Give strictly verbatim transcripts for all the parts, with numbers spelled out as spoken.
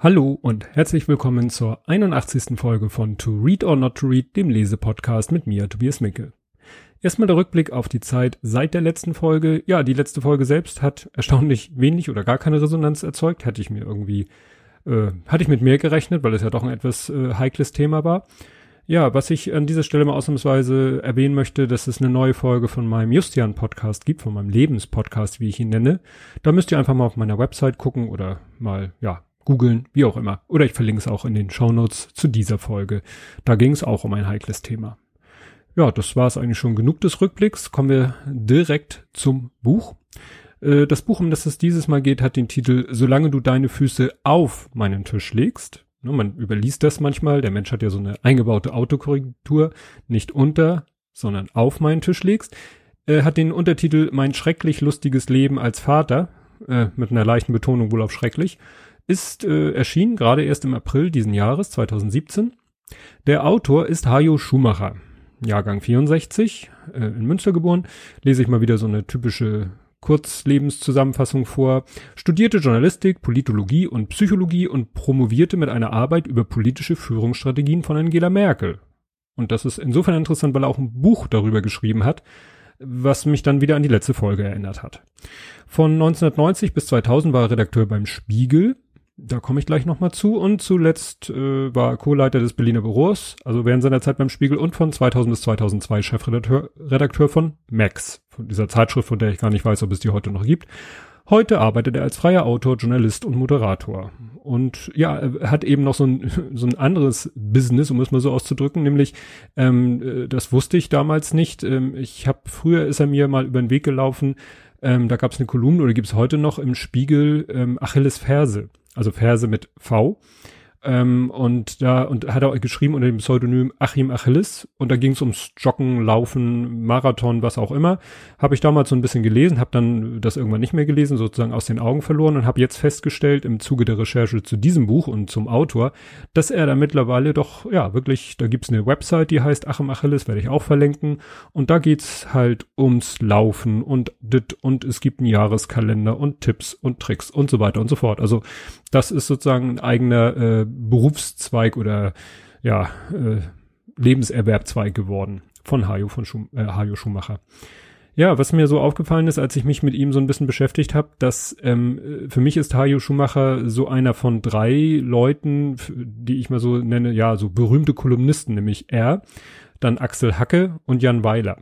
Hallo und herzlich willkommen zur einundachtzigsten Folge von To Read or Not to Read, dem Lesepodcast mit mir, Tobias Micke. Erstmal der Rückblick auf die Zeit seit der letzten Folge. Ja, die letzte Folge selbst hat erstaunlich wenig oder gar keine Resonanz erzeugt. Hätte ich mir irgendwie, äh, hatte ich mit mehr gerechnet, weil es ja doch ein etwas äh, heikles Thema war. Ja, was ich an dieser Stelle mal ausnahmsweise erwähnen möchte, dass es eine neue Folge von meinem Justian-Podcast gibt, von meinem Lebenspodcast, wie ich ihn nenne. Da müsst ihr einfach mal auf meiner Website gucken oder mal, ja, googeln, wie auch immer. Oder ich verlinke es auch in den Shownotes zu dieser Folge. Da ging es auch um ein heikles Thema. Ja, das war es eigentlich schon genug des Rückblicks. Kommen wir direkt zum Buch. Äh, das Buch, um das es dieses Mal geht, hat den Titel Solange du deine Füße auf meinen Tisch legst. Ne, man überliest das manchmal. Der Mensch hat ja so eine eingebaute Autokorrektur. Nicht unter, sondern auf meinen Tisch legst. Äh, hat den Untertitel Mein schrecklich lustiges Leben als Vater. Äh, mit einer leichten Betonung wohl auf schrecklich. Ist äh, erschienen, gerade erst im April diesen Jahres, zweitausendsiebzehn. Der Autor ist Hajo Schumacher. Jahrgang vierundsechzig, äh, in Münster geboren, lese ich mal wieder so eine typische Kurzlebenszusammenfassung vor. Studierte Journalistik, Politologie und Psychologie und promovierte mit einer Arbeit über politische Führungsstrategien von Angela Merkel. Und das ist insofern interessant, weil er auch ein Buch darüber geschrieben hat, was mich dann wieder an die letzte Folge erinnert hat. Von neunzehnhundertneunzig bis zweitausend war er Redakteur beim Spiegel. Da komme ich gleich nochmal zu. Und zuletzt äh, war er Co-Leiter des Berliner Büros, also während seiner Zeit beim Spiegel, und von zweitausend bis zweitausendzwei Chefredakteur Redakteur von Max, von dieser Zeitschrift, von der ich gar nicht weiß, ob es die heute noch gibt. Heute arbeitet er als freier Autor, Journalist und Moderator. Und ja, er hat eben noch so ein, so ein anderes Business, um es mal so auszudrücken, nämlich, ähm, das wusste ich damals nicht. Ähm, ich habe, früher ist er mir mal über den Weg gelaufen, ähm, da gab es eine Kolumne, oder gibt es heute noch im Spiegel, ähm, Achilles Ferse. Also Verse mit V. Ähm, und da und hat er geschrieben unter dem Pseudonym Achim Achilles. Und da ging es ums Joggen, Laufen, Marathon, was auch immer. Habe ich damals so ein bisschen gelesen, habe dann das irgendwann nicht mehr gelesen, sozusagen aus den Augen verloren und habe jetzt festgestellt im Zuge der Recherche zu diesem Buch und zum Autor, dass er da mittlerweile doch, ja, wirklich, da gibt's eine Website, die heißt Achim Achilles, werde ich auch verlinken. Und da geht's halt ums Laufen und dit und es gibt einen Jahreskalender und Tipps und Tricks und so weiter und so fort. Also das ist sozusagen ein eigener äh, Berufszweig oder ja äh, Lebenserwerbzweig geworden von Hajo von Schum, äh, Hajo Schumacher. Ja, was mir so aufgefallen ist, als ich mich mit ihm so ein bisschen beschäftigt habe, dass ähm, für mich ist Hajo Schumacher so einer von drei Leuten, die ich mal so nenne, ja, so berühmte Kolumnisten, nämlich er, dann Axel Hacke und Jan Weiler.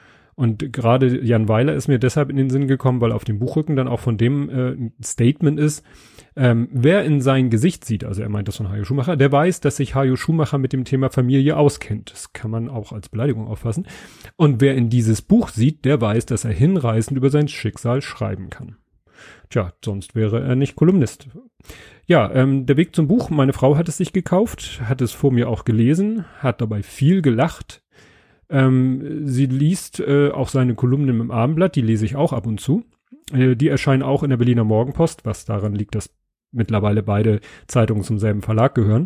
Und gerade Jan Weiler ist mir deshalb in den Sinn gekommen, weil auf dem Buchrücken dann auch von dem äh, ein Statement ist, ähm, wer in sein Gesicht sieht, also er meint das von Hajo Schumacher, der weiß, dass sich Hajo Schumacher mit dem Thema Familie auskennt. Das kann man auch als Beleidigung auffassen. Und wer in dieses Buch sieht, der weiß, dass er hinreißend über sein Schicksal schreiben kann. Tja, sonst wäre er nicht Kolumnist. Ja, ähm, der Weg zum Buch, meine Frau hat es sich gekauft, hat es vor mir auch gelesen, hat dabei viel gelacht. Ähm, sie liest äh, auch seine Kolumnen im Abendblatt, die lese ich auch ab und zu. Äh, die erscheinen auch in der Berliner Morgenpost, was daran liegt, dass mittlerweile beide Zeitungen zum selben Verlag gehören.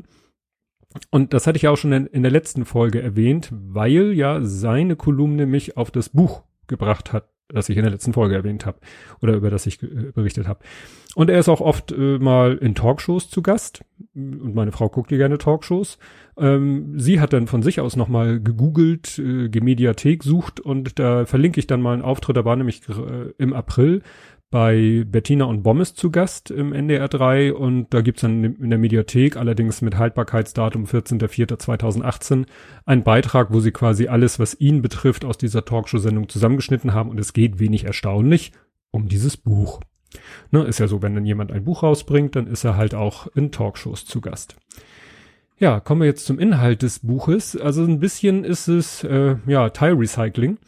Und das hatte ich auch schon in, in der letzten Folge erwähnt, weil ja seine Kolumne mich auf das Buch gebracht hat, das ich in der letzten Folge erwähnt habe oder über das ich äh, berichtet habe. Und er ist auch oft äh, mal in Talkshows zu Gast und meine Frau guckt ja gerne Talkshows. Ähm, sie hat dann von sich aus nochmal gegoogelt, äh, Gemediathek sucht und da verlinke ich dann mal einen Auftritt, da war nämlich äh, im April bei Bettina und Bommes zu Gast im N D R drei und da gibt's dann in der Mediathek, allerdings mit Haltbarkeitsdatum vierzehnter vierter zweitausendachtzehn, einen Beitrag, wo sie quasi alles, was ihn betrifft, aus dieser Talkshow-Sendung zusammengeschnitten haben und es geht, wenig erstaunlich, um dieses Buch. Ne, ist ja so, wenn dann jemand ein Buch rausbringt, dann ist er halt auch in Talkshows zu Gast. Ja, kommen wir jetzt zum Inhalt des Buches. Also ein bisschen ist es, äh, ja, Teilrecycling.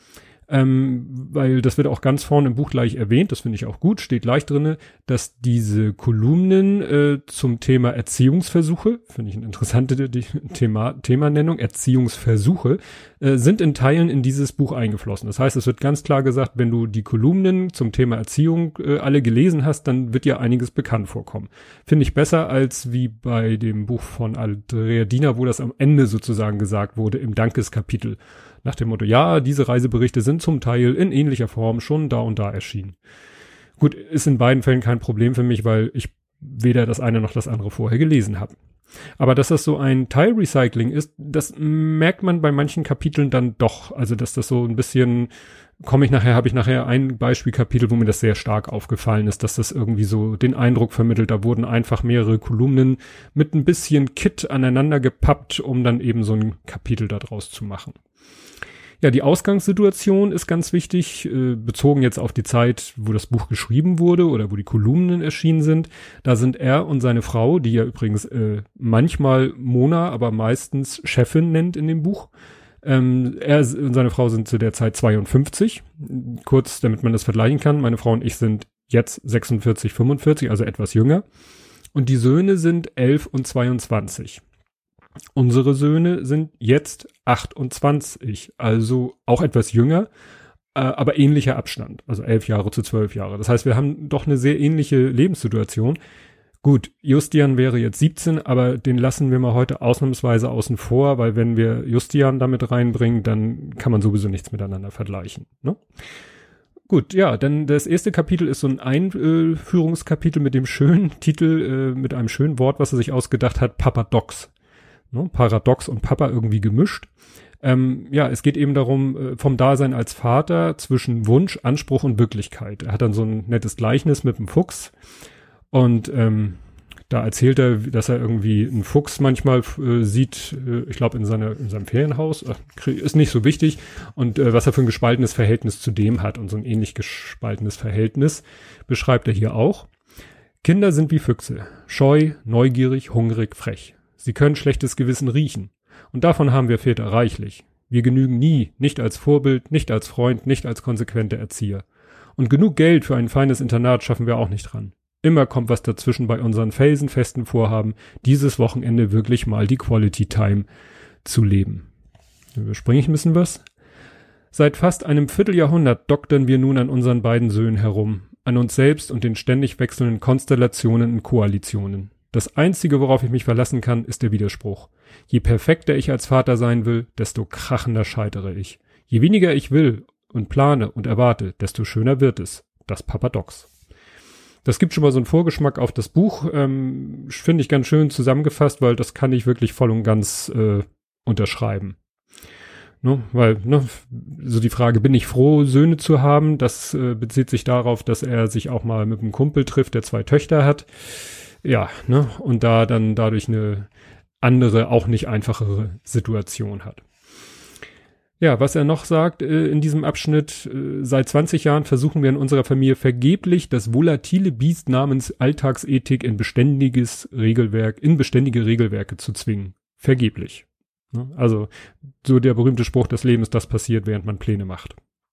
Ähm, weil das wird auch ganz vorne im Buch gleich erwähnt, das finde ich auch gut, steht gleich drinne, dass diese Kolumnen äh, zum Thema Erziehungsversuche, finde ich eine interessante die, Thema, Themanennung, Erziehungsversuche, äh, sind in Teilen in dieses Buch eingeflossen. Das heißt, es wird ganz klar gesagt, wenn du die Kolumnen zum Thema Erziehung äh, alle gelesen hast, dann wird dir einiges bekannt vorkommen. Finde ich besser als wie bei dem Buch von Andrea Diener, wo das am Ende sozusagen gesagt wurde im Dankeskapitel. Nach dem Motto, ja, diese Reiseberichte sind zum Teil in ähnlicher Form schon da und da erschienen. Gut, ist in beiden Fällen kein Problem für mich, weil ich weder das eine noch das andere vorher gelesen habe. Aber dass das so ein Teilrecycling ist, das merkt man bei manchen Kapiteln dann doch. Also dass das so ein bisschen, komme ich nachher, habe ich nachher ein Beispielkapitel, wo mir das sehr stark aufgefallen ist, dass das irgendwie so den Eindruck vermittelt, da wurden einfach mehrere Kolumnen mit ein bisschen Kit aneinander gepappt, um dann eben so ein Kapitel da draus zu machen. Ja, die Ausgangssituation ist ganz wichtig, äh, bezogen jetzt auf die Zeit, wo das Buch geschrieben wurde oder wo die Kolumnen erschienen sind. Da sind er und seine Frau, die ja übrigens äh, manchmal Mona, aber meistens Chefin nennt in dem Buch. Ähm, er und seine Frau sind zu der Zeit zweiundfünfzig. Kurz, damit man das vergleichen kann. Meine Frau und ich sind jetzt sechsundvierzig, fünfundvierzig, also etwas jünger. Und die Söhne sind elf und zweiundzwanzig. Unsere Söhne sind jetzt achtundzwanzig, also auch etwas jünger, äh, aber ähnlicher Abstand, also elf Jahre zu zwölf Jahre. Das heißt, wir haben doch eine sehr ähnliche Lebenssituation. Gut, Justian wäre jetzt siebzehn, aber den lassen wir mal heute ausnahmsweise außen vor, weil wenn wir Justian damit reinbringen, dann kann man sowieso nichts miteinander vergleichen, ne? Gut, ja, dann das erste Kapitel ist so ein Einführungskapitel mit dem schönen Titel, äh, mit einem schönen Wort, was er sich ausgedacht hat, Paradox. Ne, Paradox und Papa irgendwie gemischt. Ähm, ja, es geht eben darum, äh, vom Dasein als Vater zwischen Wunsch, Anspruch und Wirklichkeit. Er hat dann so ein nettes Gleichnis mit dem Fuchs und ähm, da erzählt er, dass er irgendwie einen Fuchs manchmal äh, sieht, äh, ich glaube in, seiner, in seinem Ferienhaus, äh, ist nicht so wichtig, und äh, was er für ein gespaltenes Verhältnis zu dem hat, und so ein ähnlich gespaltenes Verhältnis beschreibt er hier auch. Kinder sind wie Füchse, scheu, neugierig, hungrig, frech. Sie können schlechtes Gewissen riechen. Und davon haben wir Väter reichlich. Wir genügen nie, nicht als Vorbild, nicht als Freund, nicht als konsequente Erzieher. Und genug Geld für ein feines Internat schaffen wir auch nicht dran. Immer kommt was dazwischen bei unseren felsenfesten Vorhaben, dieses Wochenende wirklich mal die Quality Time zu leben. Überspringe ich ein bisschen was? Seit fast einem Vierteljahrhundert doktern wir nun an unseren beiden Söhnen herum, an uns selbst und den ständig wechselnden Konstellationen und Koalitionen. Das Einzige, worauf ich mich verlassen kann, ist der Widerspruch. Je perfekter ich als Vater sein will, desto krachender scheitere ich. Je weniger ich will und plane und erwarte, desto schöner wird es. Das Paradox. Das gibt schon mal so einen Vorgeschmack auf das Buch. Ähm, finde ich ganz schön zusammengefasst, weil das kann ich wirklich voll und ganz äh, unterschreiben. Ne, weil, ne, so die Frage, bin ich froh, Söhne zu haben? Das äh, bezieht sich darauf, dass er sich auch mal mit einem Kumpel trifft, der zwei Töchter hat. Ja, ne, und da dann dadurch eine andere, auch nicht einfachere Situation hat. Ja, was er noch sagt äh, in diesem Abschnitt, äh, seit zwanzig Jahren versuchen wir in unserer Familie vergeblich, das volatile Biest namens Alltagsethik in beständiges Regelwerk, in beständige Regelwerke zu zwingen. Vergeblich. Ne? Also so der berühmte Spruch, das Leben ist das passiert, während man Pläne macht.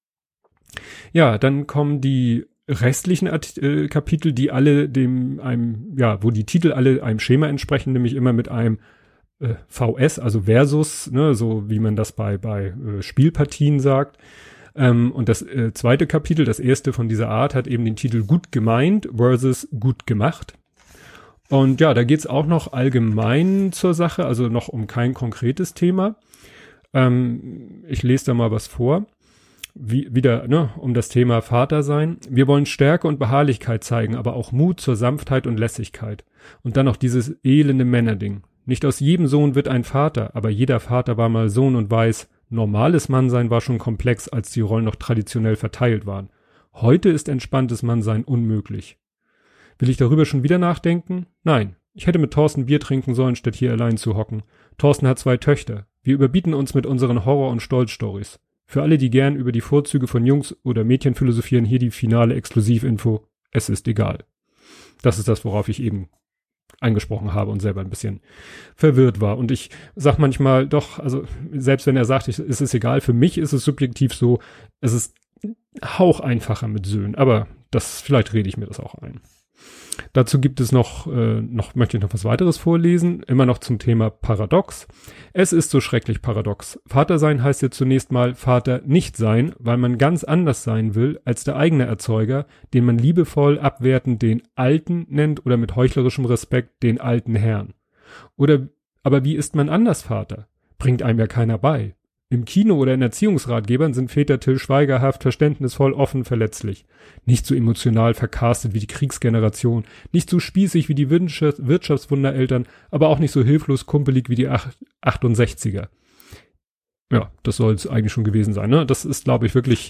Ja, dann kommen die restlichen Art- äh, Kapitel, die alle dem einem, ja, wo die Titel alle einem Schema entsprechen, nämlich immer mit einem äh, V S, also Versus, ne, so wie man das bei bei äh, Spielpartien sagt. Ähm, und das äh, zweite Kapitel, das erste von dieser Art, hat eben den Titel Gut gemeint versus Gut gemacht. Und ja, da geht's auch noch allgemein zur Sache, also noch um kein konkretes Thema. Ähm, ich lese da mal was vor. Wie, wieder, ne, um das Thema Vater sein. Wir wollen Stärke und Beharrlichkeit zeigen, aber auch Mut zur Sanftheit und Lässigkeit. Und dann noch dieses elende Männerding. Nicht aus jedem Sohn wird ein Vater, aber jeder Vater war mal Sohn und weiß, normales Mannsein war schon komplex, als die Rollen noch traditionell verteilt waren. Heute ist entspanntes Mannsein unmöglich. Will ich darüber schon wieder nachdenken? Nein. Ich hätte mit Thorsten Bier trinken sollen, statt hier allein zu hocken. Thorsten hat zwei Töchter. Wir überbieten uns mit unseren Horror- und Stolzstories. Für alle, die gern über die Vorzüge von Jungs oder Mädchen philosophieren, hier die finale Exklusivinfo. Es ist egal. Das ist das, worauf ich eben angesprochen habe und selber ein bisschen verwirrt war. Und ich sag manchmal doch, also selbst wenn er sagt, ich, es ist egal, für mich ist es subjektiv so, es ist hauch einfacher mit Söhnen. Aber das, vielleicht rede ich mir das auch ein. Dazu gibt es noch, äh, noch, möchte ich noch was weiteres vorlesen, immer noch zum Thema Paradox. Es ist so schrecklich paradox. Vater sein heißt ja zunächst mal Vater nicht sein, weil man ganz anders sein will als der eigene Erzeuger, den man liebevoll abwertend den Alten nennt oder mit heuchlerischem Respekt den alten Herrn. Oder, aber wie ist man anders Vater? Bringt einem ja keiner bei. Im Kino oder in Erziehungsratgebern sind Väter Till Schweigerhaft, verständnisvoll, offen, verletzlich. Nicht so emotional vercastet wie die Kriegsgeneration, nicht so spießig wie die Wirtschaftswundereltern, aber auch nicht so hilflos kumpelig wie die achtundsechziger. Ja, das soll es eigentlich schon gewesen sein, ne? Das ist, glaube ich, wirklich,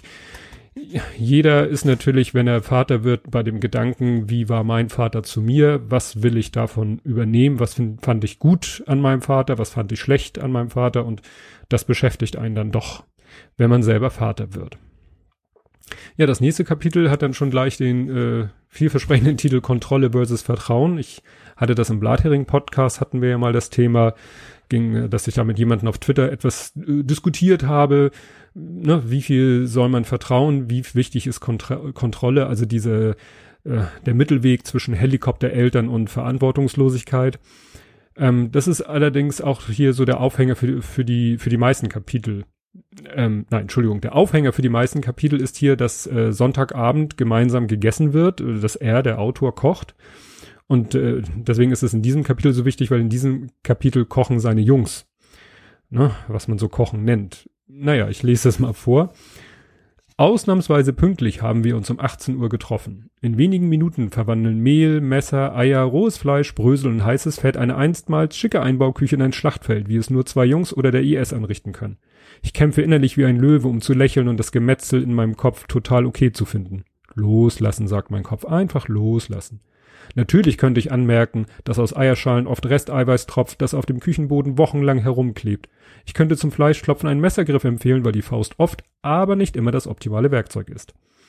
jeder ist natürlich, wenn er Vater wird, bei dem Gedanken, wie war mein Vater zu mir, was will ich davon übernehmen, was find, fand ich gut an meinem Vater, was fand ich schlecht an meinem Vater, und das beschäftigt einen dann doch, wenn man selber Vater wird. Ja, das nächste Kapitel hat dann schon gleich den äh, vielversprechenden Titel Kontrolle versus Vertrauen. Ich hatte das im Blathering-Podcast, hatten wir ja mal das Thema, ging, dass ich da mit jemandem auf Twitter etwas äh, diskutiert habe, ne, wie viel soll man vertrauen, wie wichtig ist Kontra- Kontrolle, also diese äh, der Mittelweg zwischen Helikoptereltern und Verantwortungslosigkeit. Ähm, das ist allerdings auch hier so der Aufhänger für, für die für die meisten Kapitel. Ähm, nein, Entschuldigung, der Aufhänger für die meisten Kapitel ist hier, dass äh, Sonntagabend gemeinsam gegessen wird, äh, dass er, der Autor, kocht. Und äh, deswegen ist es in diesem Kapitel so wichtig, weil in diesem Kapitel kochen seine Jungs, ne, was man so Kochen nennt. Naja, ich lese das mal vor. Ausnahmsweise pünktlich haben wir uns um achtzehn Uhr getroffen. In wenigen Minuten verwandeln Mehl, Messer, Eier, rohes Fleisch, Brösel und heißes Fett eine einstmals schicke Einbauküche in ein Schlachtfeld, wie es nur zwei Jungs oder der I S anrichten können. Ich kämpfe innerlich wie ein Löwe, um zu lächeln und das Gemetzel in meinem Kopf total okay zu finden. Loslassen, sagt mein Kopf, einfach loslassen. Natürlich könnte ich anmerken, dass aus Eierschalen oft Resteiweiß tropft, das auf dem Küchenboden wochenlang herumklebt. Ich könnte zum Fleischklopfen einen Messergriff empfehlen, weil die Faust oft, aber nicht immer das optimale Werkzeug ist.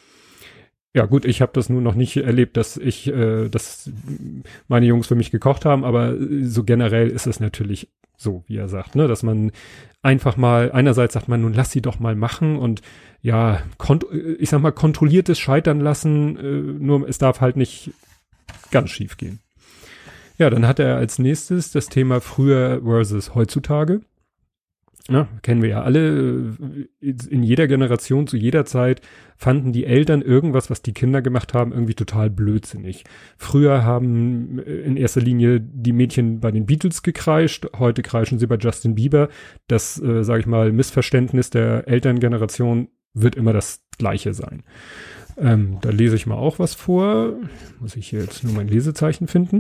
Ja gut, ich habe das nun noch nicht erlebt, dass ich, äh, dass meine Jungs für mich gekocht haben, aber so generell ist es natürlich so, wie er sagt, ne, dass man einfach mal, einerseits sagt man, nun lass sie doch mal machen und ja, kont- ich sag mal, kontrolliertes Scheitern lassen, äh, nur es darf halt nicht ganz schief gehen. Ja, dann hat er als nächstes das Thema früher versus heutzutage. Ja, kennen wir ja alle. In jeder Generation, zu jeder Zeit fanden die Eltern irgendwas, was die Kinder gemacht haben, irgendwie total blödsinnig. Früher haben in erster Linie die Mädchen bei den Beatles gekreischt, heute kreischen sie bei Justin Bieber. Das, äh, sage ich mal, Missverständnis der Elterngeneration wird immer das Gleiche sein. Ähm, da lese ich mal auch was vor. Muss ich hier jetzt nur mein Lesezeichen finden.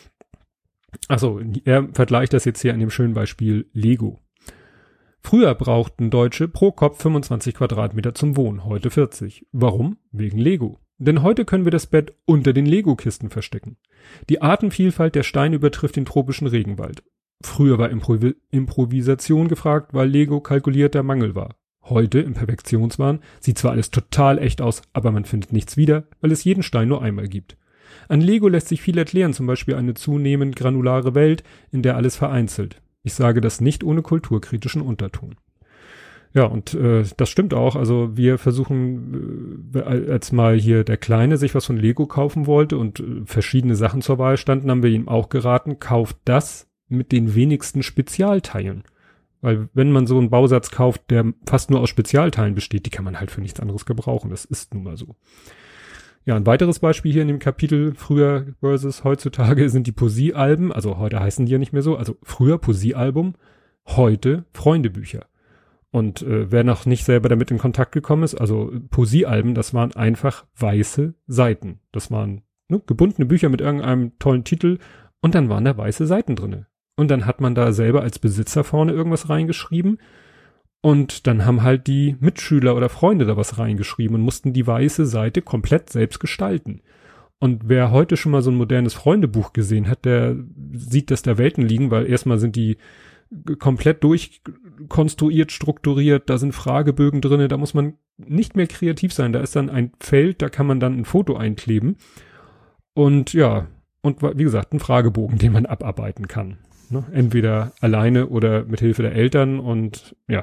Achso, er vergleicht das jetzt hier an dem schönen Beispiel Lego. Früher brauchten Deutsche pro Kopf fünfundzwanzig Quadratmeter zum Wohnen, heute vierzig. Warum? Wegen Lego. Denn heute können wir das Bett unter den Lego-Kisten verstecken. Die Artenvielfalt der Steine übertrifft den tropischen Regenwald. Früher war Impro- Improvisation gefragt, weil Lego kalkulierter Mangel war. Heute, im Perfektionswahn, sieht zwar alles total echt aus, aber man findet nichts wieder, weil es jeden Stein nur einmal gibt. An Lego lässt sich viel erklären, zum Beispiel eine zunehmend granulare Welt, in der alles vereinzelt. Ich sage das nicht ohne kulturkritischen Unterton. Ja, und äh, das stimmt auch. Also wir versuchen, äh, als mal hier der Kleine sich was von Lego kaufen wollte und äh, verschiedene Sachen zur Wahl standen, haben wir ihm auch geraten, kauft das mit den wenigsten Spezialteilen. Weil wenn man so einen Bausatz kauft, der fast nur aus Spezialteilen besteht, die kann man halt für nichts anderes gebrauchen. Das ist nun mal so. Ja, ein weiteres Beispiel hier in dem Kapitel früher versus heutzutage sind die Poesiealben. Also heute heißen die ja nicht mehr so. Also früher Poesiealbum, heute Freundebücher. Und äh, wer noch nicht selber damit in Kontakt gekommen ist, also Poesiealben, das waren einfach weiße Seiten. Das waren ne, gebundene Bücher mit irgendeinem tollen Titel und dann waren da weiße Seiten drinne. Und dann hat man da selber als Besitzer vorne irgendwas reingeschrieben. Und dann haben halt die Mitschüler oder Freunde da was reingeschrieben und mussten die weiße Seite komplett selbst gestalten. Und wer heute schon mal so ein modernes Freundebuch gesehen hat, der sieht, dass da Welten liegen, weil erstmal sind die komplett durchkonstruiert, strukturiert, da sind Fragebögen drinne, da muss man nicht mehr kreativ sein. Da ist dann ein Feld, da kann man dann ein Foto einkleben. Und ja, und wie gesagt, ein Fragebogen, den man abarbeiten kann. Ne? Entweder alleine oder mit Hilfe der Eltern und ja,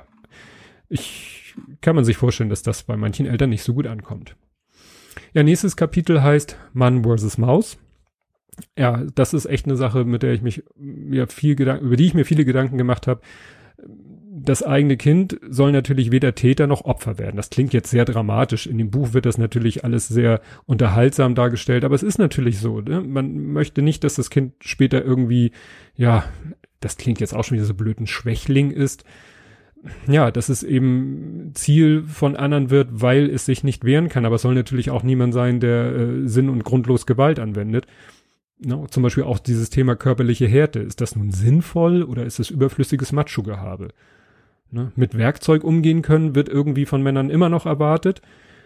ich kann man sich vorstellen, dass das bei manchen Eltern nicht so gut ankommt. Ja, nächstes Kapitel heißt Mann versus Maus. Ja, das ist echt eine Sache, mit der ich mich ja viel Gedanken, über die ich mir viele Gedanken gemacht habe. Das eigene Kind soll natürlich weder Täter noch Opfer werden. Das klingt jetzt sehr dramatisch. In dem Buch wird das natürlich alles sehr unterhaltsam dargestellt, aber es ist natürlich so, ne? Man möchte nicht, dass das Kind später irgendwie, ja, das klingt jetzt auch schon wieder so blöd, ein Schwächling ist. ja, dass es eben Ziel von anderen wird, weil es sich nicht wehren kann. Aber es soll natürlich auch niemand sein, der äh, sinn- und grundlos Gewalt anwendet. No, zum Beispiel auch dieses Thema körperliche Härte. Ist das nun sinnvoll oder ist es überflüssiges Macho-Gehabe? Ne? Mit Werkzeug umgehen können wird irgendwie von Männern immer noch erwartet.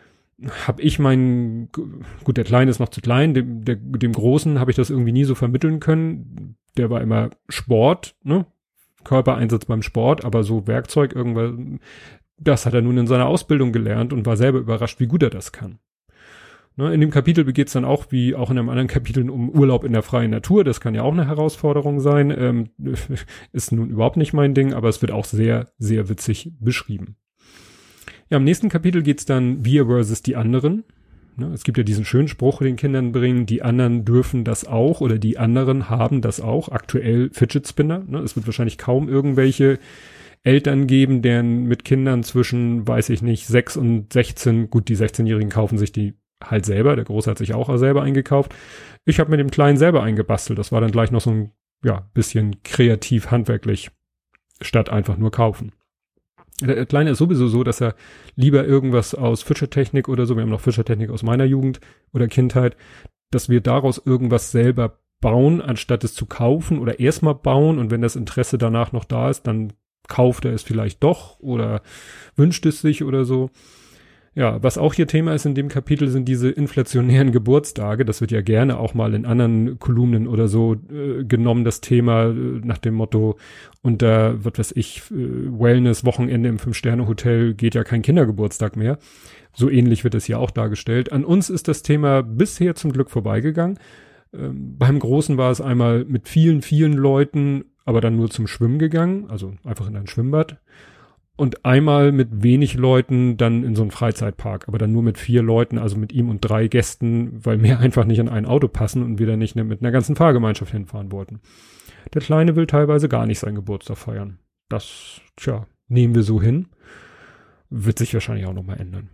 Hab ich meinen, gut, der Kleine ist noch zu klein, dem, der, dem Großen habe ich das irgendwie nie so vermitteln können. Der war immer Sport, ne? Körpereinsatz beim Sport, aber so Werkzeug irgendwas, das hat er nun in seiner Ausbildung gelernt und war selber überrascht, wie gut er das kann. Ne, in dem Kapitel geht es dann auch, wie auch in einem anderen Kapitel, um Urlaub in der freien Natur. Das kann ja auch eine Herausforderung sein. Ähm, ist nun überhaupt nicht mein Ding, aber es wird auch sehr, sehr witzig beschrieben. Ja, im nächsten Kapitel geht es dann wir versus die anderen. Ne, es gibt ja diesen schönen Spruch, den Kindern bringen, die anderen dürfen das auch oder die anderen haben das auch. Aktuell Fidget Spinner. Ne, es wird wahrscheinlich kaum irgendwelche Eltern geben, deren mit Kindern zwischen, weiß ich nicht, sechs und sechzehn, gut, die sechzehnjährigen kaufen sich die halt selber. Der Große hat sich auch selber eingekauft. Ich habe mit dem Kleinen selber eingebastelt. Das war dann gleich noch so ein, ja, bisschen kreativ, handwerklich, statt einfach nur kaufen. Der Kleine ist sowieso so, dass er lieber irgendwas aus Fischertechnik oder so, wir haben noch Fischertechnik aus meiner Jugend oder Kindheit, dass wir daraus irgendwas selber bauen, anstatt es zu kaufen oder erstmal bauen und wenn das Interesse danach noch da ist, dann kauft er es vielleicht doch oder wünscht es sich oder so. Ja, was auch hier Thema ist in dem Kapitel, sind diese inflationären Geburtstage. Das wird ja gerne auch mal in anderen Kolumnen oder so äh, genommen, das Thema äh, nach dem Motto, unter, was weiß ich, äh, Wellness-Wochenende im Fünf-Sterne-Hotel geht ja kein Kindergeburtstag mehr. So ähnlich wird es hier auch dargestellt. An uns ist das Thema bisher zum Glück vorbeigegangen. Ähm, beim Großen war es einmal mit vielen, vielen Leuten, aber dann nur zum Schwimmen gegangen, also einfach in ein Schwimmbad. Und einmal mit wenig Leuten dann in so einen Freizeitpark, aber dann nur mit vier Leuten, also mit ihm und drei Gästen, weil mehr einfach nicht in ein Auto passen und wir dann nicht mit einer ganzen Fahrgemeinschaft hinfahren wollten. Der Kleine will teilweise gar nicht seinen Geburtstag feiern. Das, tja, nehmen wir so hin. Wird sich wahrscheinlich auch nochmal ändern.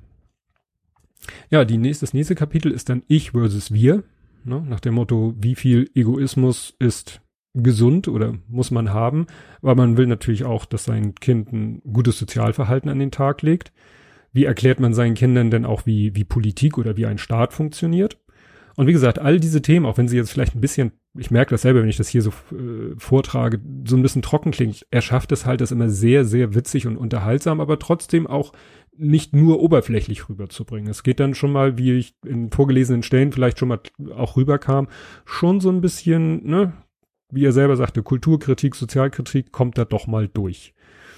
Ja, die nächste, das nächste Kapitel ist dann Ich versus Wir. Ne, nach dem Motto, wie viel Egoismus ist gesund oder muss man haben, weil man will natürlich auch, dass sein Kind ein gutes Sozialverhalten an den Tag legt. Wie erklärt man seinen Kindern denn auch, wie, wie Politik oder wie ein Staat funktioniert? Und wie gesagt, all diese Themen, auch wenn sie jetzt vielleicht ein bisschen, ich merke das selber, wenn ich das hier so äh, vortrage, so ein bisschen trocken klingt, er schafft es halt, das immer sehr, sehr witzig und unterhaltsam, aber trotzdem auch nicht nur oberflächlich rüberzubringen. Es geht dann schon mal, wie ich in vorgelesenen Stellen vielleicht schon mal auch rüberkam, schon so ein bisschen, ne, wie er selber sagte, Kulturkritik, Sozialkritik kommt da doch mal durch.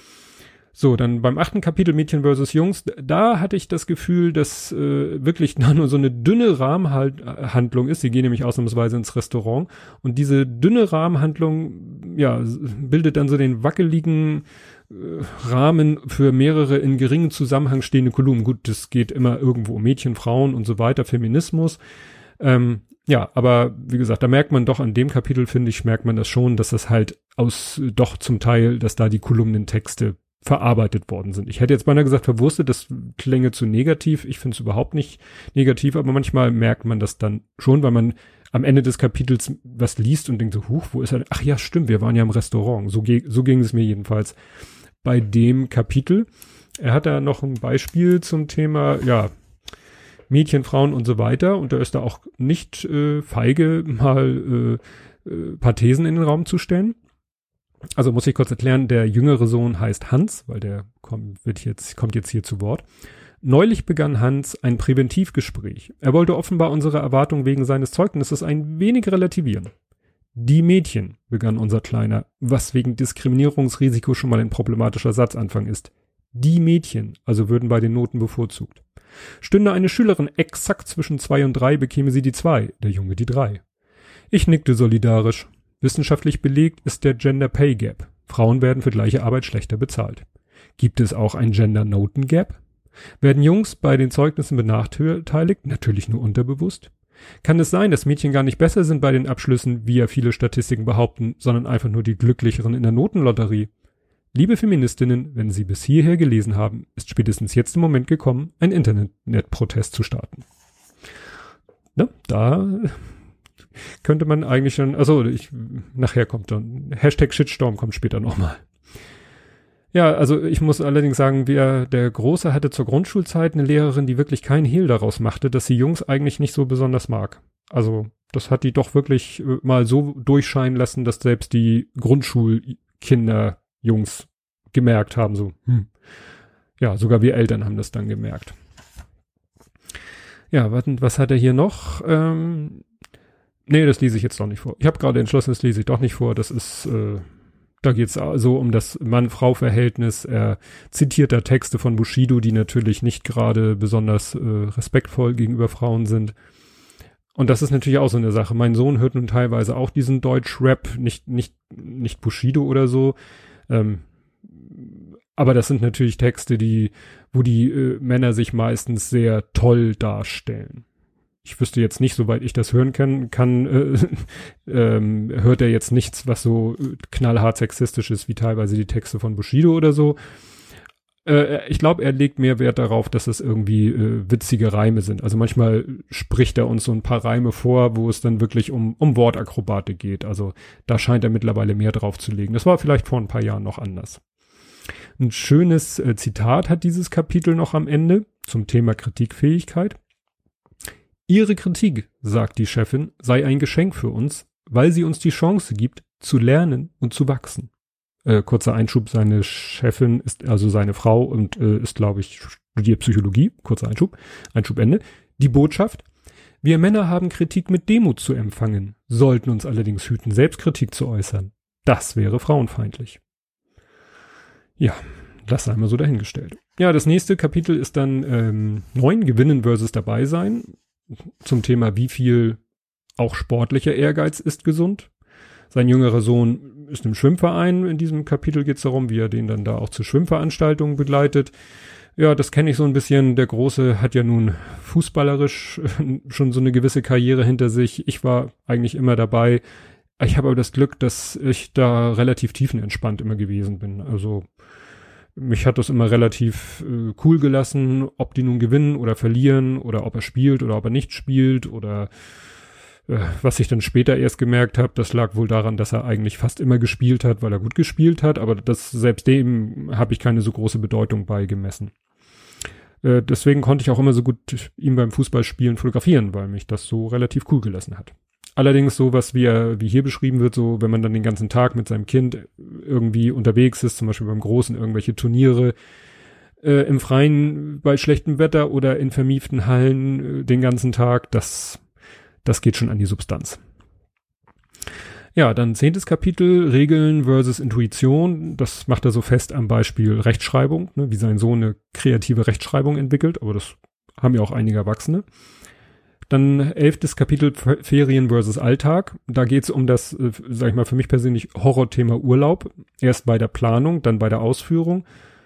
So, dann beim achten Kapitel Mädchen versus Jungs, da hatte ich das Gefühl, dass äh, wirklich nur so eine dünne Rahmenhandlung ist. Sie gehen nämlich ausnahmsweise ins Restaurant und diese dünne Rahmenhandlung, ja, bildet dann so den wackeligen äh, Rahmen für mehrere in geringem Zusammenhang stehende Kolumnen. Gut, das geht immer irgendwo um Mädchen, Frauen und so weiter, Feminismus. Ähm, Ja, aber wie gesagt, da merkt man doch an dem Kapitel, finde ich, merkt man das schon, dass das halt aus, doch zum Teil, dass da die Kolumnentexte verarbeitet worden sind. Ich hätte jetzt beinahe gesagt, verwurstet, das klänge zu negativ. Ich finde es überhaupt nicht negativ, aber manchmal merkt man das dann schon, weil man am Ende des Kapitels was liest und denkt so, huch, wo ist er? Ach ja, stimmt, wir waren ja im Restaurant. So, ge- so ging es mir jedenfalls bei dem Kapitel. Er hat da noch ein Beispiel zum Thema, ja, Mädchen, Frauen und so weiter. Und da ist da auch nicht äh, feige, mal äh, äh, paar Thesen in den Raum zu stellen. Also muss ich kurz erklären, der jüngere Sohn heißt Hans, weil der kommt, wird jetzt, kommt jetzt hier zu Wort. Neulich begann Hans ein Präventivgespräch. Er wollte offenbar unsere Erwartung wegen seines Zeugnisses ein wenig relativieren. Die Mädchen, begann unser Kleiner, was wegen Diskriminierungsrisiko schon mal ein problematischer Satzanfang ist. Die Mädchen, also würden bei den Noten bevorzugt. Stünde eine Schülerin exakt zwischen zwei und drei, bekäme sie die zwei, der Junge die drei. Ich nickte solidarisch. Wissenschaftlich belegt ist der Gender Pay Gap. Frauen werden für gleiche Arbeit schlechter bezahlt. Gibt es auch ein Gender Noten Gap? Werden Jungs bei den Zeugnissen benachteiligt? Natürlich nur unterbewusst. Kann es sein, dass Mädchen gar nicht besser sind bei den Abschlüssen, wie ja viele Statistiken behaupten, sondern einfach nur die Glücklicheren in der Notenlotterie? Liebe Feministinnen, wenn Sie bis hierher gelesen haben, ist spätestens jetzt der Moment gekommen, einen Internet-Protest zu starten. Ne, da könnte man eigentlich dann, also ich, nachher kommt dann, Hashtag Shitstorm kommt später nochmal. Ja, also ich muss allerdings sagen, wir, der Große hatte zur Grundschulzeit eine Lehrerin, die wirklich keinen Hehl daraus machte, dass sie Jungs eigentlich nicht so besonders mag. Also das hat die doch wirklich äh, mal so durchscheinen lassen, dass selbst die Grundschulkinder, Jungs gemerkt haben, so, hm. Ja, sogar wir Eltern haben das dann gemerkt. Ja, was, was hat er hier noch? Ähm, nee, das lese ich jetzt doch nicht vor. Ich habe gerade entschlossen, das lese ich doch nicht vor. Das ist, äh, da geht es also um das Mann-Frau-Verhältnis. Er zitiert da Texte von Bushido, die natürlich nicht gerade besonders äh, respektvoll gegenüber Frauen sind. Und das ist natürlich auch so eine Sache. Mein Sohn hört nun teilweise auch diesen Deutsch-Rap, nicht, nicht, nicht Bushido oder so. Ähm, aber das sind natürlich Texte, die, wo die äh, Männer sich meistens sehr toll darstellen. Ich wüsste jetzt nicht, soweit ich das hören kann, kann äh, ähm, hört er jetzt nichts, was so knallhart sexistisch ist, wie teilweise die Texte von Bushido oder so. Äh, ich glaube, er legt mehr Wert darauf, dass es irgendwie äh, witzige Reime sind. Also manchmal spricht er uns so ein paar Reime vor, wo es dann wirklich um, um Wortakrobatik geht. Also da scheint er mittlerweile mehr drauf zu legen. Das war vielleicht vor ein paar Jahren noch anders. Ein schönes äh, Zitat hat dieses Kapitel noch am Ende zum Thema Kritikfähigkeit. Ihre Kritik, sagt die Chefin, sei ein Geschenk für uns, weil sie uns die Chance gibt, zu lernen und zu wachsen. Äh, kurzer Einschub, seine Chefin ist also seine Frau und äh, ist, glaube ich, studiert Psychologie. Kurzer Einschub, Einschub Ende. Die Botschaft: Wir Männer haben Kritik mit Demut zu empfangen, sollten uns allerdings hüten, Selbstkritik zu äußern. Das wäre frauenfeindlich. Ja, das sei mal so dahingestellt. Ja, das nächste Kapitel ist dann ähm, neun, Gewinnen versus dabei sein. Zum Thema, wie viel auch sportlicher Ehrgeiz ist gesund. Sein jüngerer Sohn ist im Schwimmverein. In diesem Kapitel geht es darum, wie er den dann da auch zu Schwimmveranstaltungen begleitet. Ja, das kenne ich so ein bisschen. Der Große hat ja nun fußballerisch schon so eine gewisse Karriere hinter sich. Ich war eigentlich immer dabei. Ich habe aber das Glück, dass ich da relativ tiefenentspannt immer gewesen bin. Also mich hat das immer relativ äh, cool gelassen, ob die nun gewinnen oder verlieren oder ob er spielt oder ob er nicht spielt oder äh, was ich dann später erst gemerkt habe, das lag wohl daran, dass er eigentlich fast immer gespielt hat, weil er gut gespielt hat, aber das selbst dem habe ich keine so große Bedeutung beigemessen. Äh, deswegen konnte ich auch immer so gut ihn beim Fußballspielen fotografieren, weil mich das so relativ cool gelassen hat. Allerdings sowas, wie er, wie hier beschrieben wird, so, wenn man dann den ganzen Tag mit seinem Kind irgendwie unterwegs ist, zum Beispiel beim Großen irgendwelche Turniere, äh, im Freien bei schlechtem Wetter oder in vermieften Hallen äh, den ganzen Tag, das, das geht schon an die Substanz. Ja, dann zehntes Kapitel, Regeln versus Intuition. Das macht er so fest am Beispiel Rechtschreibung, ne, wie sein Sohn eine kreative Rechtschreibung entwickelt, aber das haben ja auch einige Erwachsene. Dann elftes Kapitel, Ferien versus Alltag. Da geht es um das, äh, sag ich mal, für mich persönlich Horrorthema Urlaub. Erst bei der Planung, dann bei der Ausführung.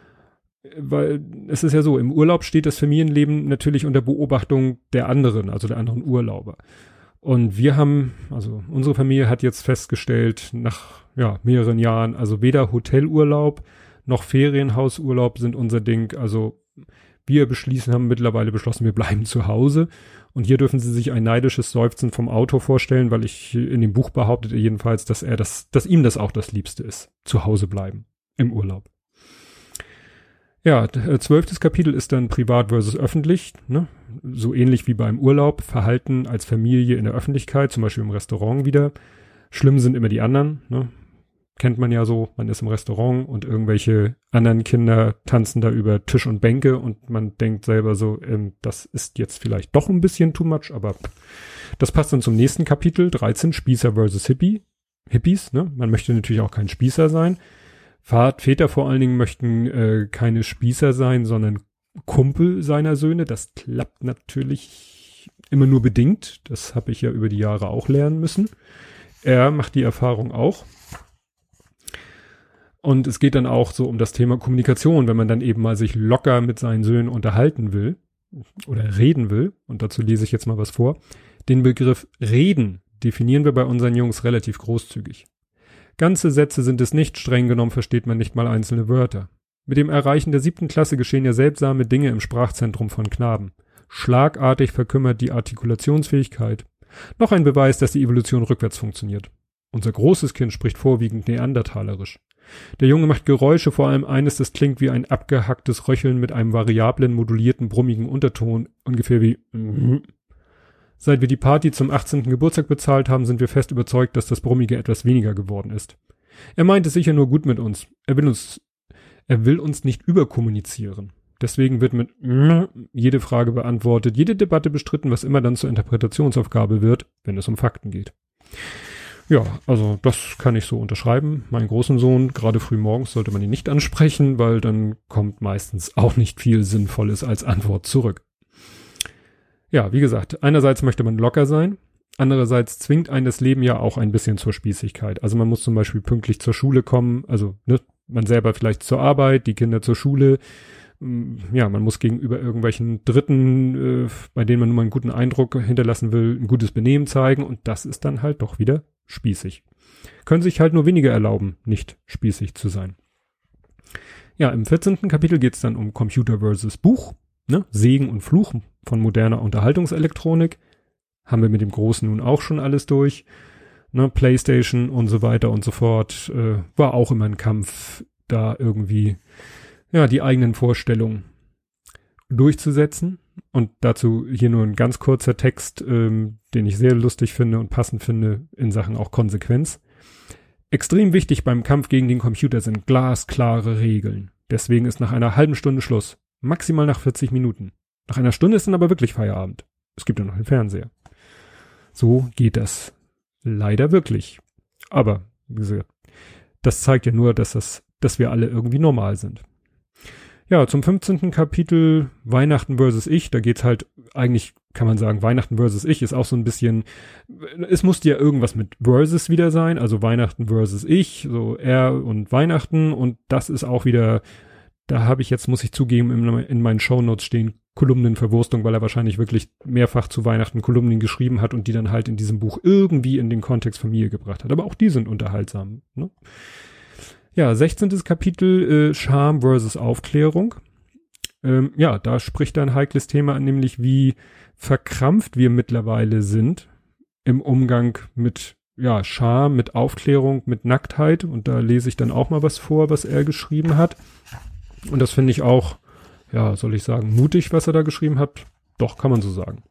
Weil es ist ja so, im Urlaub steht das Familienleben natürlich unter Beobachtung der anderen, also der anderen Urlauber. Und wir haben, also unsere Familie hat jetzt festgestellt, nach ja mehreren Jahren, also weder Hotelurlaub noch Ferienhausurlaub sind unser Ding. Also wir beschließen, haben mittlerweile beschlossen, wir bleiben zu Hause. Und hier dürfen Sie sich ein neidisches Seufzen vom Autor vorstellen, weil ich in dem Buch behauptet er jedenfalls, dass er das, dass ihm das auch das Liebste ist. Zu Hause bleiben. Im Urlaub. Ja, zwölftes Kapitel ist dann privat versus öffentlich, ne? So ähnlich wie beim Urlaub. Verhalten als Familie in der Öffentlichkeit, zum Beispiel im Restaurant wieder. Schlimm sind immer die anderen, ne? Kennt man ja so, man ist im Restaurant und irgendwelche anderen Kinder tanzen da über Tisch und Bänke und man denkt selber so, ähm, das ist jetzt vielleicht doch ein bisschen too much, aber das passt dann zum nächsten Kapitel, dreizehn, Spießer versus Hippie, Hippies, ne? Man möchte natürlich auch kein Spießer sein. Väter vor allen Dingen möchten äh, keine Spießer sein, sondern Kumpel seiner Söhne. Das klappt natürlich immer nur bedingt. Das habe ich ja über die Jahre auch lernen müssen. Er macht die Erfahrung auch. Und es geht dann auch so um das Thema Kommunikation, wenn man dann eben mal sich locker mit seinen Söhnen unterhalten will oder reden will. Und dazu lese ich jetzt mal was vor. Den Begriff Reden definieren wir bei unseren Jungs relativ großzügig. Ganze Sätze sind es nicht, streng genommen versteht man nicht mal einzelne Wörter. Mit dem Erreichen der siebten Klasse geschehen ja seltsame Dinge im Sprachzentrum von Knaben. Schlagartig verkümmert die Artikulationsfähigkeit. Noch ein Beweis, dass die Evolution rückwärts funktioniert. Unser großes Kind spricht vorwiegend neandertalerisch. Der Junge macht Geräusche, vor allem eines, das klingt wie ein abgehacktes Röcheln mit einem variablen, modulierten, brummigen Unterton, ungefähr wie mm. Seit wir die Party zum achtzehnten Geburtstag bezahlt haben, sind wir fest überzeugt, dass das Brummige etwas weniger geworden ist. Er meint es sicher nur gut mit uns. Er will uns, er will uns nicht überkommunizieren. Deswegen wird mit mm jede Frage beantwortet, jede Debatte bestritten, was immer dann zur Interpretationsaufgabe wird, wenn es um Fakten geht. Ja, also das kann ich so unterschreiben. Meinen großen Sohn, gerade früh morgens, sollte man ihn nicht ansprechen, weil dann kommt meistens auch nicht viel Sinnvolles als Antwort zurück. Ja, wie gesagt, einerseits möchte man locker sein, andererseits zwingt einen das Leben ja auch ein bisschen zur Spießigkeit. Also man muss zum Beispiel pünktlich zur Schule kommen, also ne, man selber vielleicht zur Arbeit, die Kinder zur Schule. Ja, man muss gegenüber irgendwelchen Dritten, äh, bei denen man nur mal einen guten Eindruck hinterlassen will, ein gutes Benehmen zeigen und das ist dann halt doch wieder spießig. Können sich halt nur wenige erlauben, nicht spießig zu sein. Ja, im vierzehnten Kapitel geht es dann um Computer versus Buch, ne? Segen und Fluch von moderner Unterhaltungselektronik. Haben wir mit dem Großen nun auch schon alles durch. Ne? PlayStation und so weiter und so fort. Äh, war auch immer ein Kampf, da irgendwie ja, die eigenen Vorstellungen durchzusetzen. Und dazu hier nur ein ganz kurzer Text, ähm, den ich sehr lustig finde und passend finde in Sachen auch Konsequenz. Extrem wichtig beim Kampf gegen den Computer sind glasklare Regeln. Deswegen ist nach einer halben Stunde Schluss. Maximal nach vierzig Minuten. Nach einer Stunde ist dann aber wirklich Feierabend. Es gibt ja noch den Fernseher. So geht das leider wirklich. Aber, wie gesagt, das zeigt ja nur, dass das, dass wir alle irgendwie normal sind. Ja, zum fünfzehnten Kapitel Weihnachten versus Ich, da geht's halt eigentlich, kann man sagen, Weihnachten versus Ich ist auch so ein bisschen, es musste ja irgendwas mit versus wieder sein, also Weihnachten versus Ich, so er und Weihnachten und das ist auch wieder, da habe ich jetzt, muss ich zugeben, in, in meinen Shownotes stehen Kolumnenverwurstung, weil er wahrscheinlich wirklich mehrfach zu Weihnachten Kolumnen geschrieben hat und die dann halt in diesem Buch irgendwie in den Kontext Familie gebracht hat, aber auch die sind unterhaltsam, ne? Ja, sechzehntes Kapitel, äh, Scham versus Aufklärung. Ähm, ja, da spricht er ein heikles Thema an, nämlich wie verkrampft wir mittlerweile sind im Umgang mit, ja, Scham, mit Aufklärung, mit Nacktheit. Und da lese ich dann auch mal was vor, was er geschrieben hat. Und das finde ich auch, ja, soll ich sagen, mutig, was er da geschrieben hat. Doch, kann man so sagen.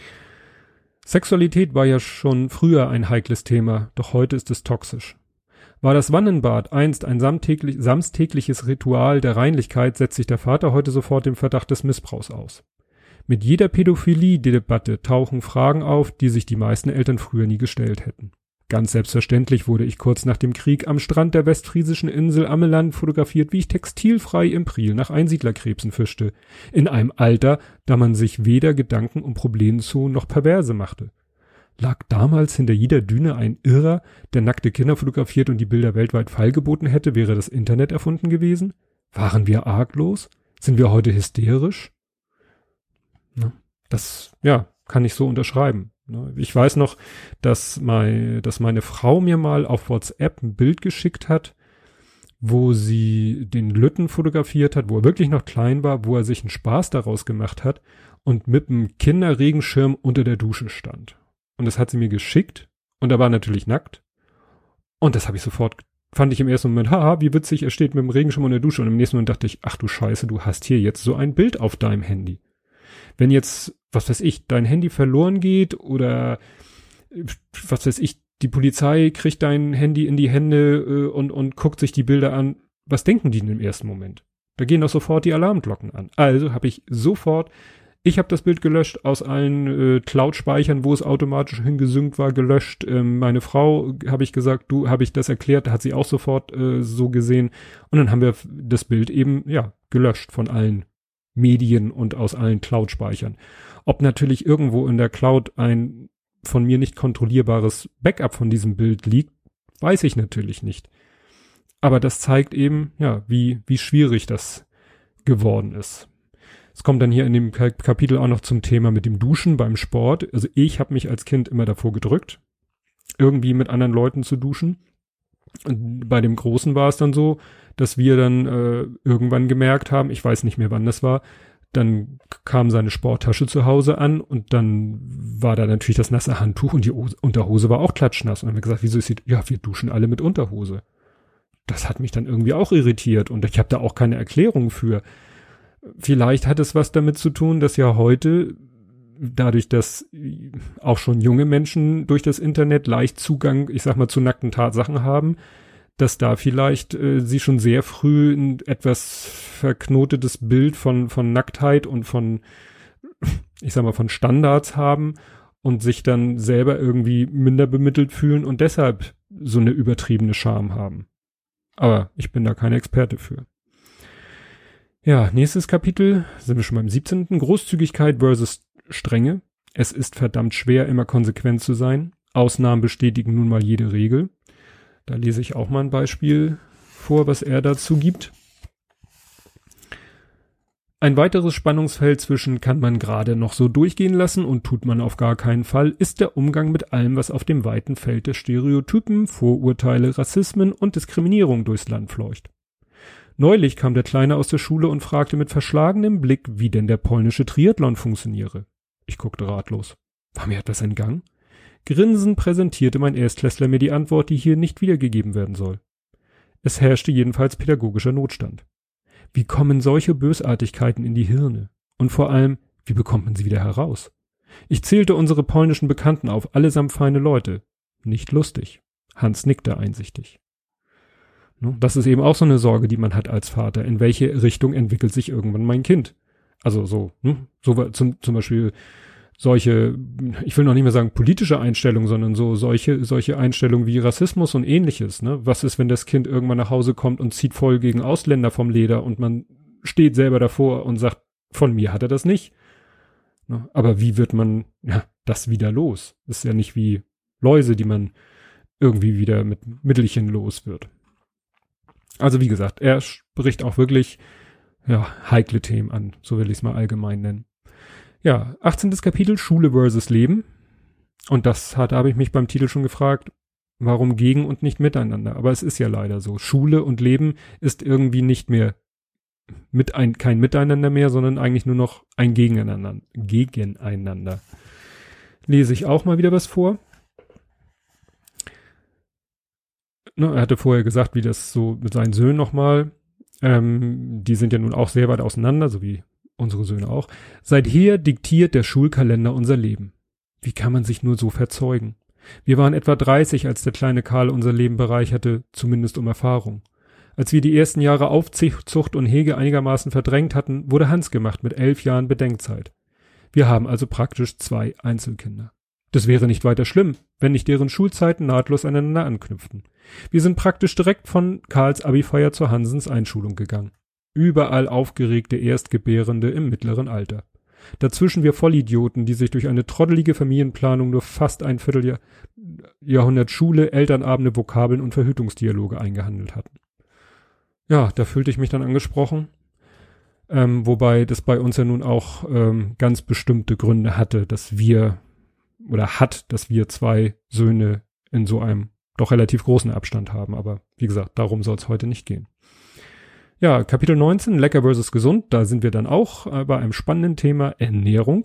Sexualität war ja schon früher ein heikles Thema, doch heute ist es toxisch. War das Wannenbad einst ein samttäglich, samstägliches Ritual der Reinlichkeit, setzt sich der Vater heute sofort dem Verdacht des Missbrauchs aus. Mit jeder Pädophilie-Debatte tauchen Fragen auf, die sich die meisten Eltern früher nie gestellt hätten. Ganz selbstverständlich wurde ich kurz nach dem Krieg am Strand der westfriesischen Insel Ammeland fotografiert, wie ich textilfrei im Priel nach Einsiedlerkrebsen fischte. In einem Alter, da man sich weder Gedanken um Problemzonen noch Perverse machte. Lag damals hinter jeder Düne ein Irrer, der nackte Kinder fotografiert und die Bilder weltweit feilgeboten hätte, wäre das Internet erfunden gewesen? Waren wir arglos? Sind wir heute hysterisch? Das, ja, kann ich so unterschreiben. Ich weiß noch, dass, mein, dass meine Frau mir mal auf WhatsApp ein Bild geschickt hat, wo sie den Lütten fotografiert hat, wo er wirklich noch klein war, wo er sich einen Spaß daraus gemacht hat und mit einem Kinderregenschirm unter der Dusche stand. Und das hat sie mir geschickt und er war natürlich nackt. Und das habe ich sofort, fand ich im ersten Moment, haha, wie witzig, er steht mit dem Regenschirm unter der Dusche. Und im nächsten Moment dachte ich, ach du Scheiße, du hast hier jetzt so ein Bild auf deinem Handy. Wenn jetzt, was weiß ich, dein Handy verloren geht oder was weiß ich, die Polizei kriegt dein Handy in die Hände äh, und, und guckt sich die Bilder an, was denken die denn im ersten Moment? Da gehen doch sofort die Alarmglocken an. Also habe ich sofort, ich habe das Bild gelöscht, aus allen äh, Cloud-Speichern, wo es automatisch hingesynkt war, gelöscht. Ähm, meine Frau, habe ich gesagt, du, habe ich das erklärt, da hat sie auch sofort äh, so gesehen. Und dann haben wir das Bild eben, ja, gelöscht von allen Medien und aus allen Cloud-Speichern. Ob natürlich irgendwo in der Cloud ein von mir nicht kontrollierbares Backup von diesem Bild liegt, weiß ich natürlich nicht. Aber das zeigt eben, ja, wie, wie schwierig das geworden ist. Es kommt dann hier in dem Kapitel auch noch zum Thema mit dem Duschen beim Sport. Also ich habe mich als Kind immer davor gedrückt, irgendwie mit anderen Leuten zu duschen. Und bei dem Großen war es dann so, dass wir dann äh, irgendwann gemerkt haben, ich weiß nicht mehr, wann das war, dann kam seine Sporttasche zu Hause an und dann war da natürlich das nasse Handtuch und die Unterhose war auch klatschnass. Und dann haben wir gesagt, wieso ist sie, ja, wir duschen alle mit Unterhose. das hat mich dann irgendwie auch irritiert und ich habe da auch keine Erklärung für. Vielleicht hat es was damit zu tun, dass ja heute, dadurch, dass auch schon junge Menschen durch das Internet leicht Zugang, ich sag mal, zu nackten Tatsachen haben, dass da vielleicht äh, sie schon sehr früh ein etwas verknotetes Bild von, von Nacktheit und von, ich sag mal, von Standards haben und sich dann selber irgendwie minder bemittelt fühlen und deshalb so eine übertriebene Scham haben. Aber ich bin da kein Experte für. Ja, nächstes Kapitel, sind wir schon beim siebzehnten Großzügigkeit versus Strenge. Es ist verdammt schwer, immer konsequent zu sein. Ausnahmen bestätigen nun mal jede Regel. Da lese ich auch mal ein Beispiel vor, was er dazu gibt. Ein weiteres Spannungsfeld zwischen kann man gerade noch so durchgehen lassen und tut man auf gar keinen Fall, ist der Umgang mit allem, was auf dem weiten Feld der Stereotypen, Vorurteile, Rassismen und Diskriminierung durchs Land fleucht. Neulich kam der Kleine aus der Schule und fragte mit verschlagenem Blick, wie denn der polnische Triathlon funktioniere. Ich guckte ratlos. War mir etwas entgangen? Grinsend präsentierte mein Erstklässler mir die Antwort, die hier nicht wiedergegeben werden soll. Es herrschte jedenfalls pädagogischer Notstand. Wie kommen solche Bösartigkeiten in die Hirne? Und vor allem, wie bekommt man sie wieder heraus? Ich zählte unsere polnischen Bekannten auf, allesamt feine Leute. Nicht lustig. Hans nickte einsichtig. Das ist eben auch so eine Sorge, die man hat als Vater. In welche Richtung entwickelt sich irgendwann mein Kind? Also so, ne? so zum, zum Beispiel solche, ich will noch nicht mehr sagen politische Einstellungen, sondern so solche solche Einstellungen wie Rassismus und ähnliches. Ne? Was ist, wenn das Kind irgendwann nach Hause kommt und zieht voll gegen Ausländer vom Leder und man steht selber davor und sagt, von mir hat er das nicht. Ne? Aber wie wird man ja das wieder los? Das ist ja nicht wie Läuse, die man irgendwie wieder mit Mittelchen los wird. Also wie gesagt, er spricht auch wirklich ja, heikle Themen an, so will ich es mal allgemein nennen. Ja, achtzehntes Kapitel Schule versus Leben. Und das hat, habe ich mich beim Titel schon gefragt, warum gegen und nicht miteinander. Aber es ist ja leider so. Schule und Leben ist irgendwie nicht mehr mit ein, kein Miteinander mehr, sondern eigentlich nur noch ein Gegeneinander. Gegeneinander. Lese ich auch mal wieder was vor. Ne, er hatte vorher gesagt, wie das so mit seinen Söhnen nochmal, ähm, die sind ja nun auch sehr weit auseinander, so wie unsere Söhne auch. Seither diktiert der Schulkalender unser Leben. Wie kann man sich nur so verzeugen? Wir waren etwa dreißig, als der kleine Karl unser Leben bereicherte, zumindest um Erfahrung. Als wir die ersten Jahre Aufzucht und Hege einigermaßen verdrängt hatten, wurde Hans gemacht mit elf Jahren Bedenkzeit. Wir haben also praktisch zwei Einzelkinder. Das wäre nicht weiter schlimm, wenn nicht deren Schulzeiten nahtlos aneinander anknüpften. Wir sind praktisch direkt von Karls Abifeier zur Hansens Einschulung gegangen. Überall aufgeregte Erstgebärende im mittleren Alter. Dazwischen wir Vollidioten, die sich durch eine trottelige Familienplanung nur fast ein Vierteljahrhundert Schule, Elternabende, Vokabeln und Verhütungsdialoge eingehandelt hatten. Ja, da fühlte ich mich dann angesprochen. Ähm, wobei das bei uns ja nun auch ähm, ganz bestimmte Gründe hatte, dass wir oder hat, dass wir zwei Söhne in so einem doch relativ großen Abstand haben. Aber wie gesagt, darum soll es heute nicht gehen. Ja, Kapitel neunzehn, Lecker versus Gesund. Da sind wir dann auch äh, bei einem spannenden Thema Ernährung.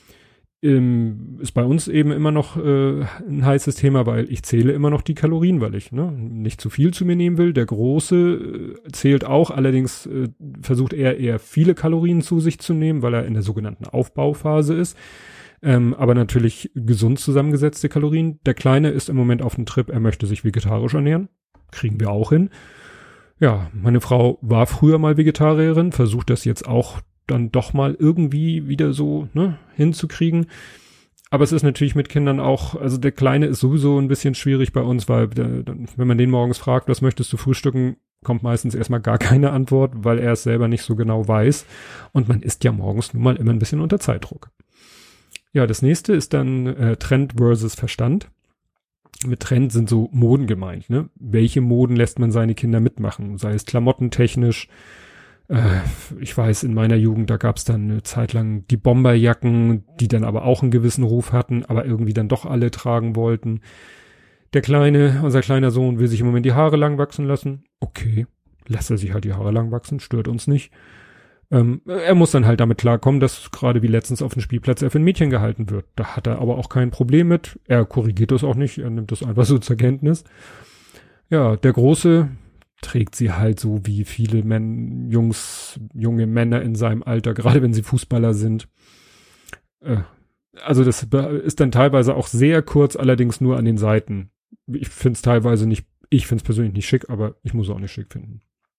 Ähm, ist bei uns eben immer noch äh, ein heißes Thema, weil ich zähle immer noch die Kalorien, weil ich ne, nicht zu viel zu mir nehmen will. Der Große äh, zählt auch, allerdings äh, versucht er eher viele Kalorien zu sich zu nehmen, weil er in der sogenannten Aufbauphase ist. Ähm, aber natürlich gesund zusammengesetzte Kalorien. Der Kleine ist im Moment auf dem Trip, er möchte sich vegetarisch ernähren. Kriegen wir auch hin. Ja, meine Frau war früher mal Vegetarierin, versucht das jetzt auch dann doch mal irgendwie wieder so ne, hinzukriegen. Aber es ist natürlich mit Kindern auch, also der Kleine ist sowieso ein bisschen schwierig bei uns, weil der, wenn man den morgens fragt, was möchtest du frühstücken, kommt meistens erstmal gar keine Antwort, weil er es selber nicht so genau weiß. Und man ist ja morgens nun mal immer ein bisschen unter Zeitdruck. Ja, das nächste ist dann äh, Trend versus Verstand. Mit Trend sind so Moden gemeint, ne? Welche Moden lässt man seine Kinder mitmachen? Sei es klamottentechnisch. Äh, ich weiß, in meiner Jugend, da gab es dann eine Zeit lang die Bomberjacken, die dann aber auch einen gewissen Ruf hatten, aber irgendwie dann doch alle tragen wollten. Der Kleine, unser kleiner Sohn, will sich im Moment die Haare lang wachsen lassen. Okay, lässt er sich halt die Haare lang wachsen, stört uns nicht. Ähm, er muss dann halt damit klarkommen, dass gerade wie letztens auf dem Spielplatz er für ein Mädchen gehalten wird. Da hat er aber auch kein Problem mit. Er korrigiert das auch nicht, er nimmt das einfach so zur Kenntnis. Ja, der Große, trägt sie halt so wie viele Men- Jungs, junge Männer in seinem Alter, gerade wenn sie Fußballer sind. Äh, also das ist dann teilweise auch sehr kurz, allerdings nur an den Seiten. Ich finde es teilweise nicht, ich finde es persönlich nicht schick, aber ich muss es auch nicht schick finden.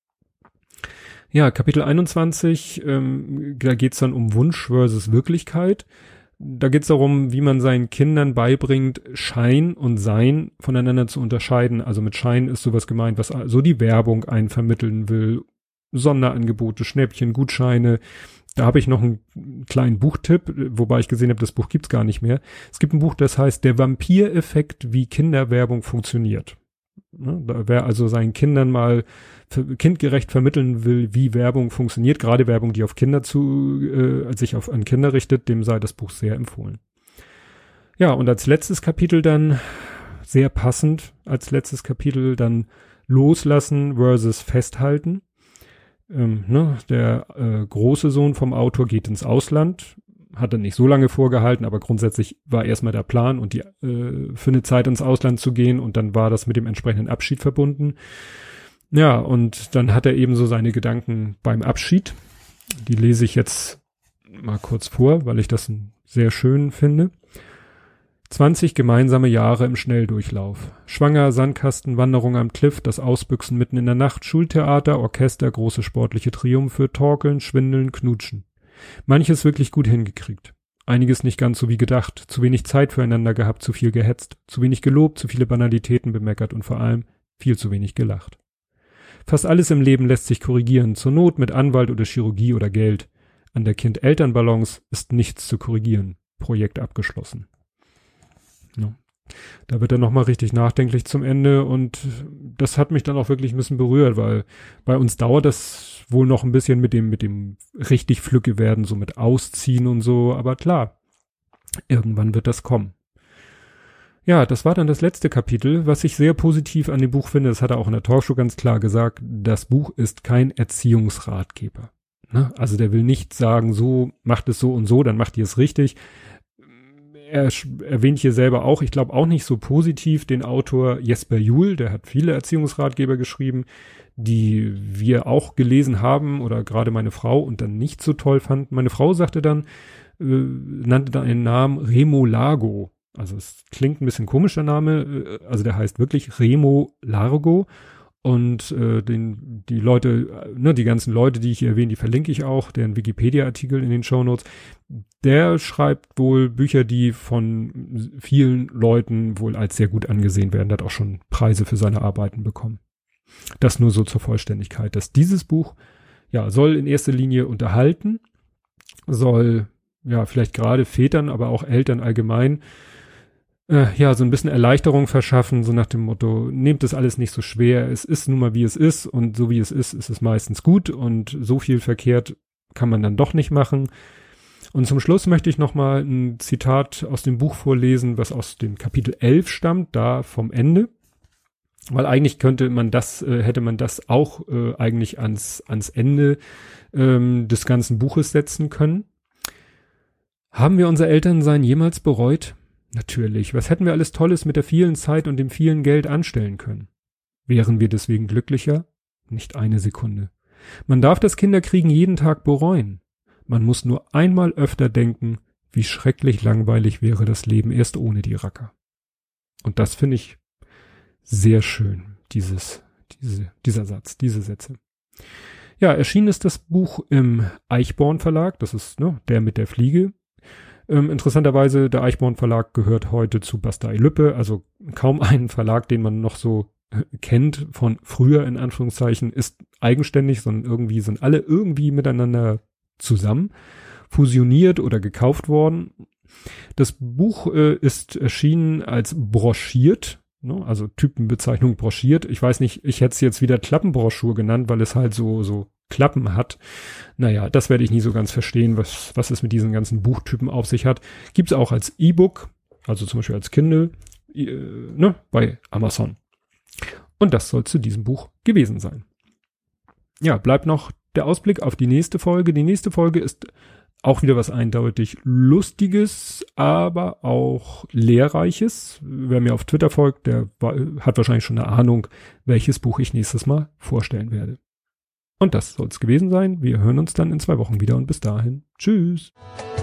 Ja, Kapitel einundzwanzig, ähm, da geht's dann um Wunsch versus Wirklichkeit. Da geht's darum, wie man seinen Kindern beibringt, Schein und Sein voneinander zu unterscheiden. Also mit Schein ist sowas gemeint, was so die Werbung einen vermitteln will. Sonderangebote, Schnäppchen, Gutscheine. Da habe ich noch einen kleinen Buchtipp, wobei ich gesehen habe, das Buch gibt's gar nicht mehr. Es gibt ein Buch, das heißt Der Vampireffekt, wie Kinderwerbung funktioniert. Ne, da wer also seinen Kindern mal für, kindgerecht vermitteln will, wie Werbung funktioniert, gerade Werbung, die auf Kinder zu, äh, sich auf an Kinder richtet, dem sei das Buch sehr empfohlen. Ja, und als letztes Kapitel dann, sehr passend, als letztes Kapitel dann Loslassen versus Festhalten. Ähm, ne, der äh, große Sohn vom Autor geht ins Ausland, hat er nicht so lange vorgehalten, aber grundsätzlich war erstmal der Plan und die äh, für eine Zeit ins Ausland zu gehen und dann war das mit dem entsprechenden Abschied verbunden. Ja, und dann hat er eben so seine Gedanken beim Abschied. Die lese ich jetzt mal kurz vor, weil ich das sehr schön finde. zwanzig gemeinsame Jahre im Schnelldurchlauf. Schwanger, Sandkasten, Wanderung am Cliff, das Ausbüchsen mitten in der Nacht, Schultheater, Orchester, große sportliche Triumphe, Torkeln, Schwindeln, Knutschen. Manches wirklich gut hingekriegt. Einiges nicht ganz so wie gedacht, zu wenig Zeit füreinander gehabt, zu viel gehetzt, zu wenig gelobt, zu viele Banalitäten bemeckert und vor allem viel zu wenig gelacht. Fast alles im Leben lässt sich korrigieren, zur Not mit Anwalt oder Chirurgie oder Geld. An der Kind-Eltern-Balance ist nichts zu korrigieren. Projekt abgeschlossen. Ja. Da wird er nochmal richtig nachdenklich zum Ende und das hat mich dann auch wirklich ein bisschen berührt, weil bei uns dauert das wohl noch ein bisschen mit dem, mit dem richtig Flücke werden, so mit Ausziehen und so, aber klar, irgendwann wird das kommen. Ja, das war dann das letzte Kapitel, was ich sehr positiv an dem Buch finde, das hat er auch in der Talkshow ganz klar gesagt, das Buch ist kein Erziehungsratgeber. Ne? Also der will nicht sagen, so, macht es so und so, dann macht ihr es richtig. Er erwähnt hier selber auch, ich glaube auch nicht so positiv, den Autor Jesper Juhl, der hat viele Erziehungsratgeber geschrieben, die wir auch gelesen haben oder gerade meine Frau und dann nicht so toll fanden. Meine Frau sagte dann, äh, nannte dann einen Namen Remo Largo. Also es klingt ein bisschen komisch, der Name, also der heißt wirklich Remo Largo. Und äh, den, die Leute, ne, die ganzen Leute, die ich hier erwähne, die verlinke ich auch, deren Wikipedia-Artikel in den Shownotes. Der schreibt wohl Bücher, die von vielen Leuten wohl als sehr gut angesehen werden. Der hat auch schon Preise für seine Arbeiten bekommen. Das nur so zur Vollständigkeit, dass dieses Buch, ja, soll in erster Linie unterhalten, soll, ja, vielleicht gerade Vätern, aber auch Eltern allgemein, Äh, ja, so ein bisschen Erleichterung verschaffen, so nach dem Motto, nehmt das alles nicht so schwer, es ist nun mal wie es ist und so wie es ist, ist es meistens gut und so viel verkehrt kann man dann doch nicht machen. Und zum Schluss möchte ich nochmal ein Zitat aus dem Buch vorlesen, was aus dem Kapitel elf stammt, da vom Ende, weil eigentlich könnte man das, äh, hätte man das auch äh, eigentlich ans, ans Ende ähm, des ganzen Buches setzen können. Haben wir unser Elternsein jemals bereut? Natürlich. Was hätten wir alles Tolles mit der vielen Zeit und dem vielen Geld anstellen können? Wären wir deswegen glücklicher? Nicht eine Sekunde. Man darf das Kinderkriegen jeden Tag bereuen. Man muss nur einmal öfter denken, wie schrecklich langweilig wäre das Leben erst ohne die Racker. Und das finde ich sehr schön, dieses, diese, dieser Satz, diese Sätze. Ja, erschienen ist das Buch im Eichborn Verlag. Das ist, ne, der mit der Fliege. Ähm, interessanterweise, der Eichborn Verlag gehört heute zu Bastei-Lübbe, also kaum einen Verlag, den man noch so äh, kennt von früher in Anführungszeichen, ist eigenständig, sondern irgendwie sind alle irgendwie miteinander zusammen, fusioniert oder gekauft worden. Das Buch äh, ist erschienen als broschiert, ne? Also Typenbezeichnung broschiert. Ich weiß nicht, ich hätte es jetzt wieder Klappenbroschur genannt, weil es halt so so Klappen hat. Naja, das werde ich nie so ganz verstehen, was, was es mit diesen ganzen Buchtypen auf sich hat. Gibt es auch als E-Book, also zum Beispiel als Kindle, äh, ne, bei Amazon. Und das soll zu diesem Buch gewesen sein. Ja, bleibt noch der Ausblick auf die nächste Folge. Die nächste Folge ist Auch wieder was eindeutig Lustiges, aber auch Lehrreiches. Wer mir auf Twitter folgt, der war, hat wahrscheinlich schon eine Ahnung, welches Buch ich nächstes Mal vorstellen werde. Und das soll es gewesen sein. Wir hören uns dann in zwei Wochen wieder und bis dahin. Tschüss.